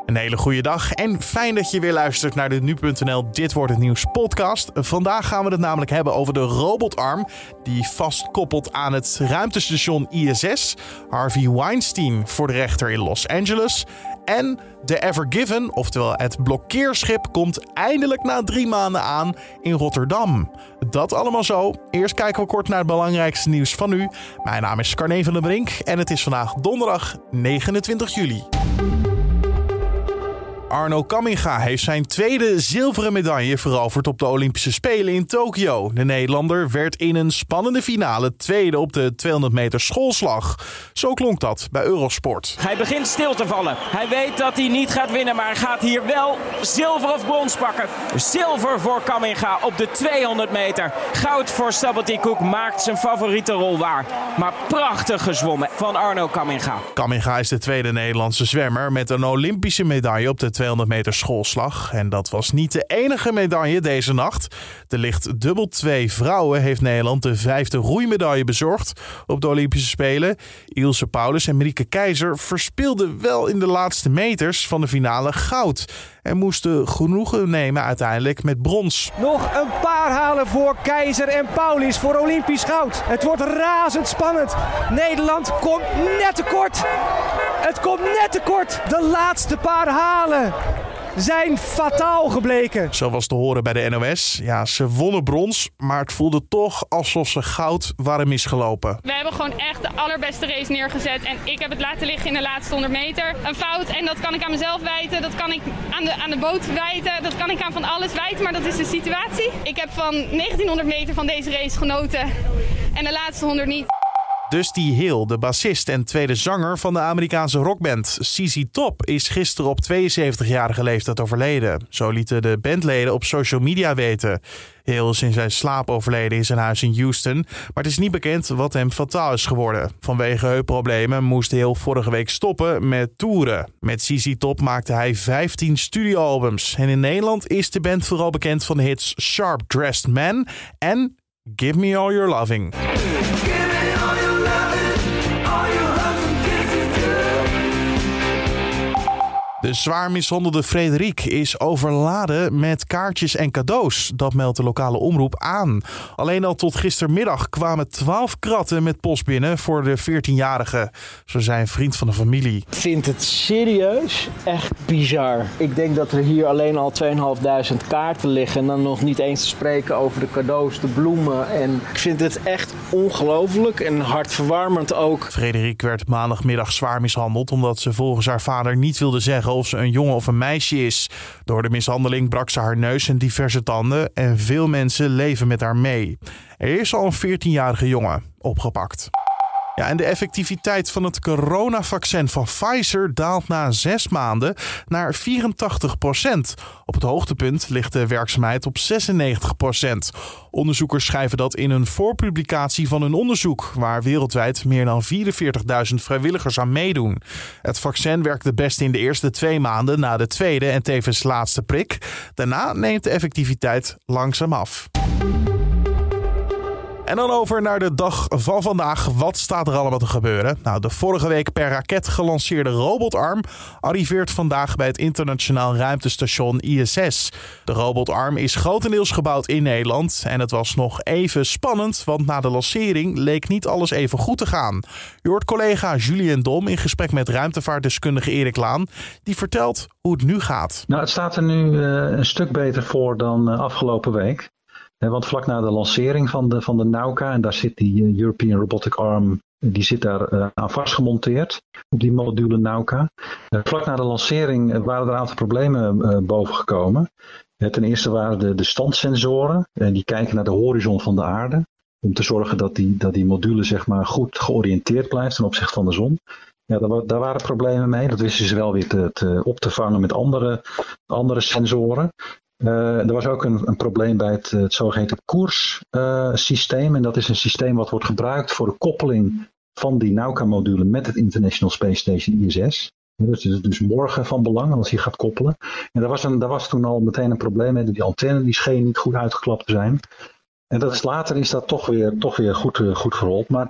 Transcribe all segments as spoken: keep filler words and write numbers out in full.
Een hele goede dag en fijn dat je weer luistert naar de nu punt n l Dit Wordt Het Nieuws podcast. Vandaag gaan we het namelijk hebben over de robotarm die vastkoppelt aan het ruimtestation I S S, Harvey Weinstein voor de rechter in Los Angeles en de Ever Given, oftewel het blokkeerschip, komt eindelijk na drie maanden aan in Rotterdam. Dat allemaal zo. Eerst kijken we kort naar het belangrijkste nieuws van nu. Mijn naam is Carne van der Brink en het is vandaag donderdag negenentwintig juli. Arno Kamminga heeft zijn tweede zilveren medaille veroverd op de Olympische Spelen in Tokio. De Nederlander werd in een spannende finale tweede op de tweehonderd meter schoolslag. Zo klonk dat bij Eurosport. Hij begint stil te vallen. Hij weet dat hij niet gaat winnen, maar hij gaat hier wel zilver of brons pakken. Zilver voor Kamminga op de tweehonderd meter. Goud voor Sabati Cook maakt zijn favoriete rol waar. Maar prachtig gezwommen van Arno Kamminga. Kamminga is de tweede Nederlandse zwemmer met een Olympische medaille op de tweehonderd meter schoolslag. En dat was niet de enige medaille deze nacht. De licht dubbel twee vrouwen heeft Nederland de vijfde roeimedaille bezorgd op de Olympische Spelen. Ilse Paulus en Marieke Keizer verspeelden wel in de laatste meters van de finale goud. En moesten genoegen nemen uiteindelijk met brons. Nog een paar halen voor Keizer en Paulus voor Olympisch goud. Het wordt razendspannend. Nederland komt net tekort. Het komt net tekort. De laatste paar halen zijn fataal gebleken. Zo was te horen bij de N O S. Ja, ze wonnen brons, maar het voelde toch alsof ze goud waren misgelopen. We hebben gewoon echt de allerbeste race neergezet. En ik heb het laten liggen in de laatste honderd meter. Een fout en dat kan ik aan mezelf wijten. Dat kan ik aan de, aan de boot wijten. Dat kan ik aan van alles wijten, maar dat is de situatie. Ik heb van negentienhonderd meter van deze race genoten. En de laatste honderd niet. Dusty Hill, de bassist en tweede zanger van de Amerikaanse rockband Z Z Top, is gisteren op tweeënzeventigjarige leeftijd overleden. Zo lieten de bandleden op social media weten. Hill is in zijn slaap overleden in zijn huis in Houston, maar het is niet bekend wat hem fataal is geworden. Vanwege heupproblemen moest Hill vorige week stoppen met toeren. Met Z Z Top maakte hij vijftien studioalbums. En in Nederland is de band vooral bekend van de hits Sharp Dressed Man en Give Me All Your Loving. De zwaar mishandelde Frederik is overladen met kaartjes en cadeaus. Dat meldt de lokale omroep aan. Alleen al tot gistermiddag kwamen twaalf kratten met post binnen voor de veertienjarige. Zo zei een vriend van de familie. Ik vind het serieus echt bizar. Ik denk dat er hier alleen al tweeduizend vijfhonderd kaarten liggen. En dan nog niet eens te spreken over de cadeaus, de bloemen. En ik vind het echt ongelooflijk en hartverwarmend ook. Frederik werd maandagmiddag zwaar mishandeld omdat ze volgens haar vader niet wilde zeggen of ze een jongen of een meisje is. Door de mishandeling brak ze haar neus en diverse tanden en veel mensen leven met haar mee. Er is al een veertienjarige jongen opgepakt. Ja, en de effectiviteit van het coronavaccin van Pfizer daalt na zes maanden naar vierentachtig procent. Op het hoogtepunt ligt de werkzaamheid op zesennegentig procent. Onderzoekers schrijven dat in een voorpublicatie van hun onderzoek, waar wereldwijd meer dan vierenveertigduizend vrijwilligers aan meedoen. Het vaccin werkt het best in de eerste twee maanden na de tweede en tevens laatste prik. Daarna neemt de effectiviteit langzaam af. En dan over naar de dag van vandaag. Wat staat er allemaal te gebeuren? Nou, de vorige week per raket gelanceerde robotarm arriveert vandaag bij het internationaal ruimtestation I S S. De robotarm is grotendeels gebouwd in Nederland. En het was nog even spannend, want na de lancering leek niet alles even goed te gaan. Je hoort collega Julien Dom in gesprek met ruimtevaartdeskundige Erik Laan. Die vertelt hoe het nu gaat. Nou, het staat er nu uh, een stuk beter voor dan uh, afgelopen week. Want vlak na de lancering van de, van de Nauka, en daar zit die European Robotic Arm, die zit daar uh, aan vastgemonteerd op die module Nauka. Uh, vlak na de lancering waren er een aantal problemen uh, bovengekomen. Uh, ten eerste waren de, de standsensoren, uh, die kijken naar de horizon van de aarde. Om te zorgen dat die, dat die module zeg maar, goed georiënteerd blijft ten opzichte van de zon. Ja, daar, daar waren problemen mee. Dat wisten ze wel weer te, te, op te vangen met andere, andere sensoren. Uh, er was ook een, een probleem bij het, het zogeheten koerssysteem. Uh, en dat is een systeem wat wordt gebruikt voor de koppeling van die Nauka-module met het International Space Station I S S. Dus het is dus morgen van belang als je gaat koppelen. En daar was, een, daar was toen al meteen een probleem mee. Die antenne die scheen niet goed uitgeklapt te zijn. En dat is, later is dat toch weer, toch weer goed, goed gerold. Maar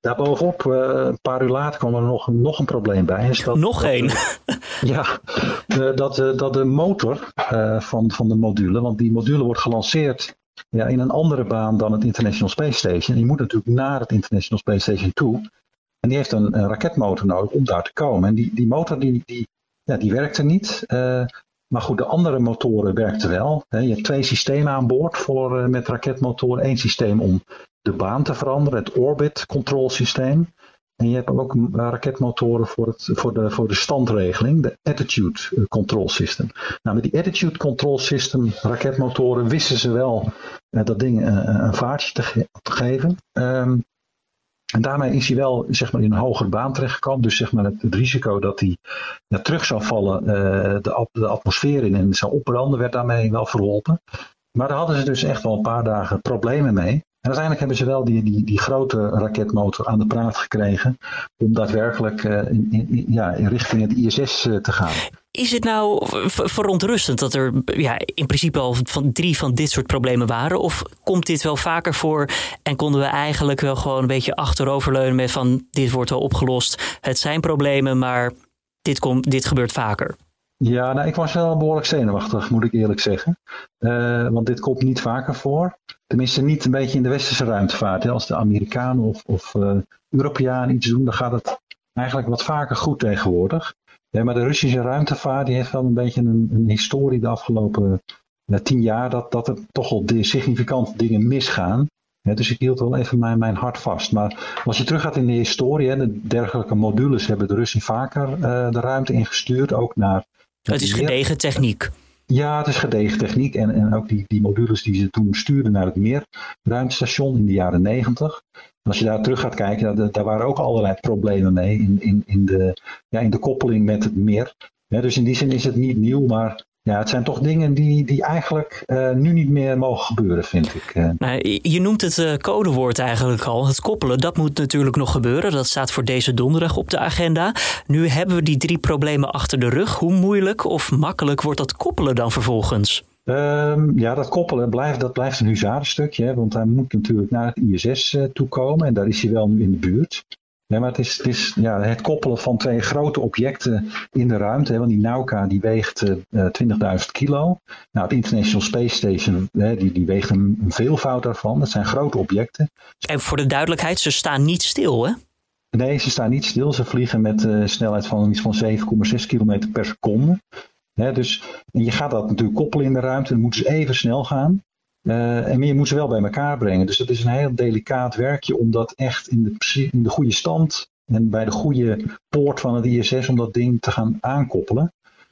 Daarbovenop, uh, een paar uur later kwam er nog, nog een probleem bij. Is dat, nog één? Ja, uh, dat, uh, dat de motor uh, van, van de module, want die module wordt gelanceerd ja, in een andere baan dan het International Space Station. Die moet natuurlijk naar het International Space Station toe. En die heeft een, een raketmotor nodig om daar te komen. En die, die motor die, die, ja, die werkte niet. Uh, maar goed, de andere motoren werkten wel. He, je hebt twee systemen aan boord voor, uh, met raketmotoren. Eén systeem om de baan te veranderen, het orbit control systeem. En je hebt ook uh, raketmotoren voor, het, voor, de, voor de standregeling, de attitude control system. Nou, met die attitude control system raketmotoren wisten ze wel uh, dat ding uh, een vaartje te, ge- te geven. Um, En daarmee is hij wel zeg maar, in een hogere baan terechtgekomen. Dus zeg maar, het, het risico dat hij ja, terug zou vallen uh, de, de atmosfeer in en zou opbranden, werd daarmee wel verholpen. Maar daar hadden ze dus echt wel een paar dagen problemen mee. En uiteindelijk hebben ze wel die, die, die grote raketmotor aan de praat gekregen om daadwerkelijk uh, in, in, ja, in richting het I S S uh, te gaan. Is het nou verontrustend dat er ja, in principe al van drie van dit soort problemen waren? Of komt dit wel vaker voor en konden we eigenlijk wel gewoon een beetje achteroverleunen met van dit wordt wel opgelost, het zijn problemen, maar dit, komt, dit gebeurt vaker? Ja, nou, ik was wel behoorlijk zenuwachtig, moet ik eerlijk zeggen. Uh, want dit komt niet vaker voor. Tenminste niet een beetje in de westerse ruimtevaart. Hè. Als de Amerikanen of, of uh, Europeanen iets doen, dan gaat het eigenlijk wat vaker goed tegenwoordig. Ja, maar de Russische ruimtevaart die heeft wel een beetje een, een historie de afgelopen uh, tien jaar. Dat, dat er toch al de significante dingen misgaan. Ja, dus ik hield wel even mijn, mijn hart vast. Maar als je teruggaat in de historie, hè, de dergelijke modules hebben de Russen vaker uh, de ruimte ingestuurd. Ook naar het is gedegen techniek. Ja, het is gedegen techniek. En, en ook die, die modules die ze toen stuurden naar het Meerruimtestation in de jaren negentig. Als je daar terug gaat kijken, daar, daar waren ook allerlei problemen mee in, in, in, de, ja, in de koppeling met het meer. Ja, dus in die zin is het niet nieuw, maar ja, het zijn toch dingen die, die eigenlijk uh, nu niet meer mogen gebeuren, vind ik. Uh. Nou, je noemt het uh, codewoord eigenlijk al. Het koppelen, dat moet natuurlijk nog gebeuren. Dat staat voor deze donderdag op de agenda. Nu hebben we die drie problemen achter de rug. Hoe moeilijk of makkelijk wordt dat koppelen dan vervolgens? Um, ja, dat koppelen blijft, dat blijft een huzarenstukje. Hè, want hij moet natuurlijk naar het I S S uh, toekomen. En daar is hij wel nu in de buurt. Ja, maar het is, het, is ja, het koppelen van twee grote objecten in de ruimte. Hè, want die Nauka die weegt uh, twintigduizend kilo. Nou, het International Space Station hè, die, die weegt een, een veelvoud daarvan. Dat zijn grote objecten. En voor de duidelijkheid, ze staan niet stil, hè? Nee, ze staan niet stil. Ze vliegen met een uh, snelheid van iets van zeven komma zes kilometer per seconde. Hè, dus en je gaat dat natuurlijk koppelen in de ruimte. Dan moeten ze even snel gaan. Uh, en je moet ze wel bij elkaar brengen. Dus dat is een heel delicaat werkje om dat echt in de, in de goede stand en bij de goede poort van het I S S om dat ding te gaan aankoppelen.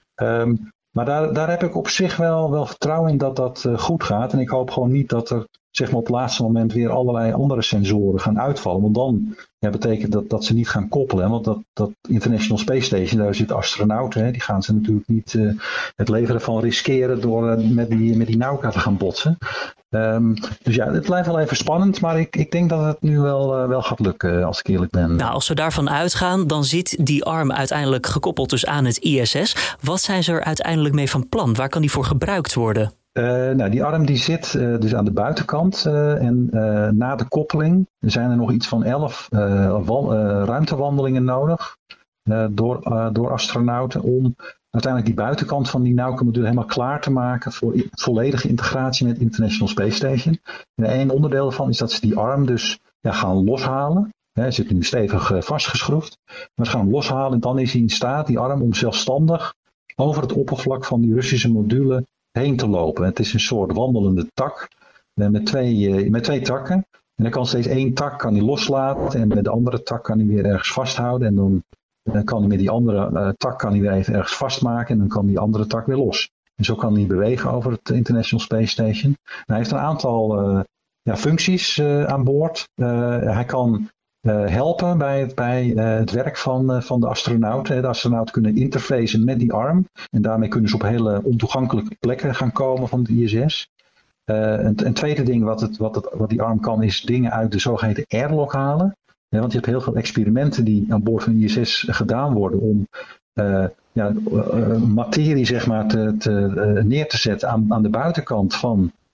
Um, maar daar, daar heb ik op zich wel, wel vertrouwen in dat dat uh, goed gaat. En ik hoop gewoon niet dat er zeg maar, op het laatste moment weer allerlei andere sensoren gaan uitvallen. Want dan ja, betekent dat dat ze niet gaan koppelen. Hè? Want dat, dat International Space Station, daar zitten astronauten. Hè? Die gaan ze natuurlijk niet uh, het leven ervan riskeren door uh, met, die, met die Nauka te gaan botsen. Um, dus ja, het blijft wel even spannend. Maar ik, ik denk dat het nu wel, uh, wel gaat lukken, als ik eerlijk ben. Nou, als we daarvan uitgaan, dan zit die arm uiteindelijk gekoppeld dus aan het I S S. Wat zijn ze er uiteindelijk mee van plan? Waar kan die voor gebruikt worden? Uh, nou, die arm die zit uh, dus aan de buitenkant uh, en uh, na de koppeling zijn er nog iets van elf uh, wal, uh, ruimtewandelingen nodig uh, door, uh, door astronauten om uiteindelijk die buitenkant van die Nauka-module helemaal klaar te maken voor i- volledige integratie met het International Space Station. En een onderdeel daarvan is dat ze die arm dus ja, gaan loshalen. Hij zit nu stevig uh, vastgeschroefd. Maar ze gaan hem loshalen en dan is hij in staat, die arm, om zelfstandig over het oppervlak van die Russische module heen te lopen. Het is een soort wandelende tak met twee, met twee takken. En dan kan steeds één tak kan hij loslaten en met de andere tak kan hij weer ergens vasthouden. En dan, dan kan hij met die andere uh, tak kan hij weer even ergens vastmaken en dan kan die andere tak weer los. En zo kan hij bewegen over het International Space Station. En hij heeft een aantal uh, ja, functies uh, aan boord. Uh, hij kan Uh, helpen bij het, bij, uh, het werk van, uh, van de astronauten. De astronauten kunnen interfacen met die arm. En daarmee kunnen ze op hele ontoegankelijke plekken gaan komen van het I S S. Uh, een, een tweede ding wat, het, wat, het, wat die arm kan is dingen uit de zogeheten airlock halen. Ja, want je hebt heel veel experimenten die aan boord van het I S S gedaan worden om uh, ja, uh, materie zeg maar, te, te, uh, neer te zetten aan, aan de buitenkant van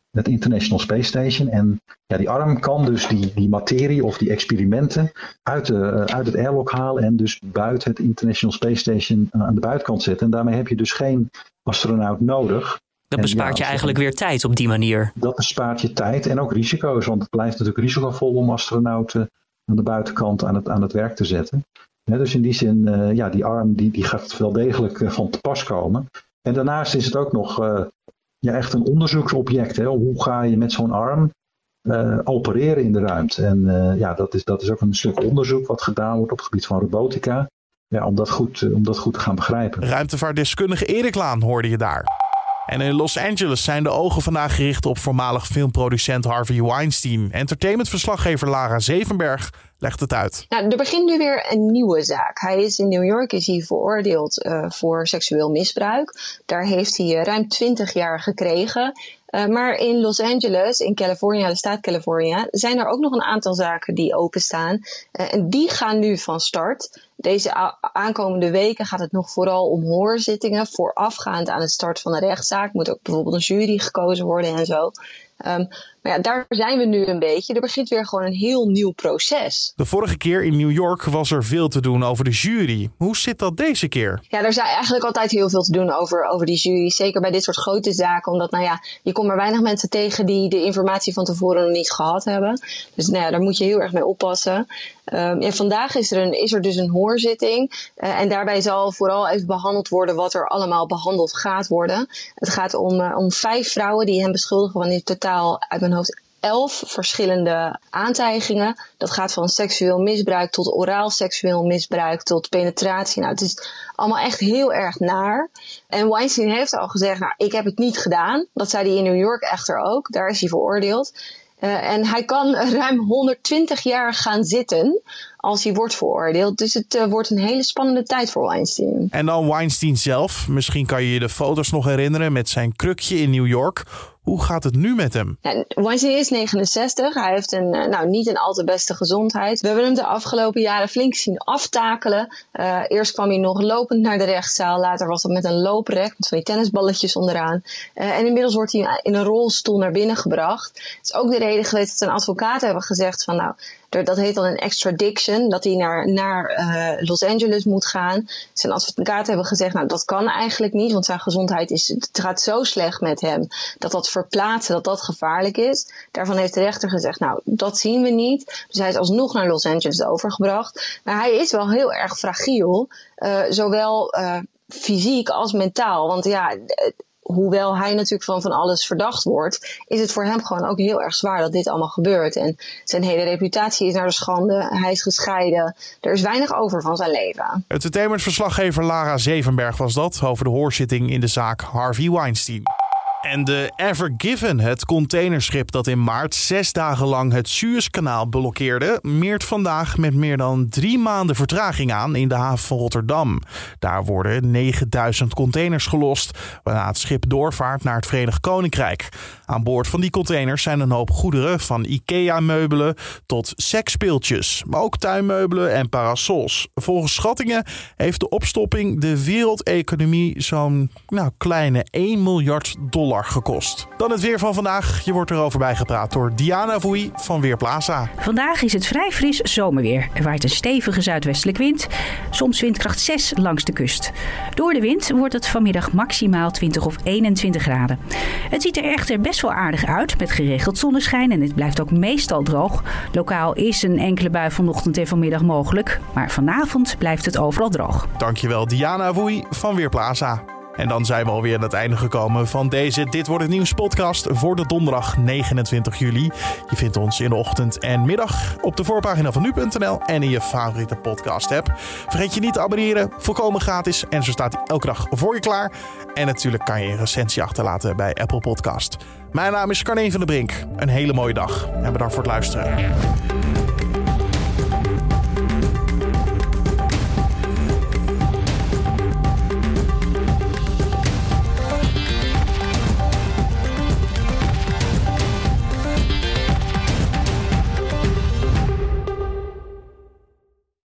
het International Space Station. En ja, die arm kan dus die, die materie of die experimenten uit, de, uh, uit het airlock halen en dus buiten het International Space Station uh, aan de buitenkant zetten. En daarmee heb je dus geen astronaut nodig. Dat bespaart ja, je eigenlijk weer tijd op die manier. Dat bespaart je tijd en ook risico's, want het blijft natuurlijk risicovol om astronauten aan de buitenkant aan het, aan het werk te zetten. Ja, dus in die zin, uh, ja, die arm die, die gaat wel degelijk uh, van te pas komen. En daarnaast is het ook nog uh, ja, echt een onderzoeksobject. Hè? Hoe ga je met zo'n arm uh, opereren in de ruimte? En uh, ja, dat is, dat is ook een stuk onderzoek wat gedaan wordt op het gebied van robotica. Ja, om dat goed, uh, om dat goed te gaan begrijpen. Ruimtevaartdeskundige Erik Laan hoorde je daar. En in Los Angeles zijn de ogen vandaag gericht op voormalig filmproducent Harvey Weinstein. Entertainmentverslaggever Lara Zevenberg legt het uit. Nou, er begint nu weer een nieuwe zaak. Hij is in New York is hij veroordeeld uh, voor seksueel misbruik. Daar heeft hij uh, ruim twintig jaar gekregen. Uh, maar in Los Angeles, in California, de staat California, zijn er ook nog een aantal zaken die openstaan. Uh, en die gaan nu van start. Deze a- aankomende weken gaat het nog vooral om hoorzittingen voorafgaand aan het start van de rechtszaak. Moet ook bijvoorbeeld een jury gekozen worden en zo. Um, maar ja, daar zijn we nu een beetje. Er begint weer gewoon een heel nieuw proces. De vorige keer in New York was er veel te doen over de jury. Hoe zit dat deze keer? Ja, er is eigenlijk altijd heel veel te doen over, over die jury. Zeker bij dit soort grote zaken. Omdat, nou ja, je komt maar weinig mensen tegen die de informatie van tevoren nog niet gehad hebben. Dus nou ja, daar moet je heel erg mee oppassen. Um, ja, vandaag is er, een, is er dus een hoorzitting. Uh, en daarbij zal vooral even behandeld worden wat er allemaal behandeld gaat worden. Het gaat om, uh, om vijf vrouwen die hem beschuldigen van in totaal uit mijn hoofd elf verschillende aantijgingen. Dat gaat van seksueel misbruik tot oraal seksueel misbruik tot penetratie. Nou, het is allemaal echt heel erg naar. En Weinstein heeft al gezegd, nou, ik heb het niet gedaan. Dat zei hij in New York echter ook. Daar is hij veroordeeld. Uh, en hij kan ruim honderdtwintig jaar gaan zitten als hij wordt veroordeeld. Dus het uh, wordt een hele spannende tijd voor Weinstein. En dan Weinstein zelf. Misschien kan je je de foto's nog herinneren met zijn krukje in New York. Hoe gaat het nu met hem? Ja, Weinstein is negenenzestig. Hij heeft een, nou, niet een al te beste gezondheid. We hebben hem de afgelopen jaren flink zien aftakelen. Uh, eerst kwam hij nog lopend naar de rechtszaal. Later was dat met een looprek met van die tennisballetjes onderaan. Uh, en inmiddels wordt hij in een rolstoel naar binnen gebracht. Het is ook de reden geweest dat zijn advocaten hebben gezegd van nou, dat heet dan een extradition, dat hij naar, naar uh, Los Angeles moet gaan. Zijn advocaten hebben gezegd, nou dat kan eigenlijk niet, want zijn gezondheid is, het gaat zo slecht met hem, dat dat verplaatsen, dat dat gevaarlijk is. Daarvan heeft de rechter gezegd, nou dat zien we niet. Dus hij is alsnog naar Los Angeles overgebracht. Maar hij is wel heel erg fragiel, uh, zowel uh, fysiek als mentaal. Want ja, hoewel hij natuurlijk van van alles verdacht wordt, is het voor hem gewoon ook heel erg zwaar dat dit allemaal gebeurt. En zijn hele reputatie is naar de schande. Hij is gescheiden. Er is weinig over van zijn leven. Entertainmentverslaggever Lara Zevenberg was dat over de hoorzitting in de zaak Harvey Weinstein. En de Ever Given, het containerschip dat in maart zes dagen lang het Suezkanaal blokkeerde, meert vandaag met meer dan drie maanden vertraging aan in de haven van Rotterdam. Daar worden negenduizend containers gelost, waarna het schip doorvaart naar het Verenigd Koninkrijk. Aan boord van die containers zijn een hoop goederen, van IKEA-meubelen tot seksspeeltjes, maar ook tuinmeubelen en parasols. Volgens schattingen heeft de opstopping de wereldeconomie zo'n nou, kleine één miljard dollar gekost. Dan het weer van vandaag. Je wordt erover bijgepraat door Diana Vui van Weerplaza. Vandaag is het vrij fris zomerweer. Er waait een stevige zuidwestelijke wind, soms windkracht zes langs de kust. Door de wind wordt het vanmiddag maximaal twintig of eenentwintig graden. Het ziet er echter best wel aardig uit met geregeld zonneschijn en het blijft ook meestal droog. Lokaal is een enkele bui vanochtend en vanmiddag mogelijk, maar vanavond blijft het overal droog. Dankjewel Diana Vui van Weerplaza. En dan zijn we alweer aan het einde gekomen van deze Dit Wordt Het Nieuws podcast voor de donderdag negenentwintig juli. Je vindt ons in de ochtend en middag op de voorpagina van nu punt n l en in je favoriete podcast app. Vergeet je niet te abonneren, volkomen gratis en zo staat hij elke dag voor je klaar. En natuurlijk kan je een recensie achterlaten bij Apple Podcast. Mijn naam is Carneen van der Brink. Een hele mooie dag en bedankt voor het luisteren.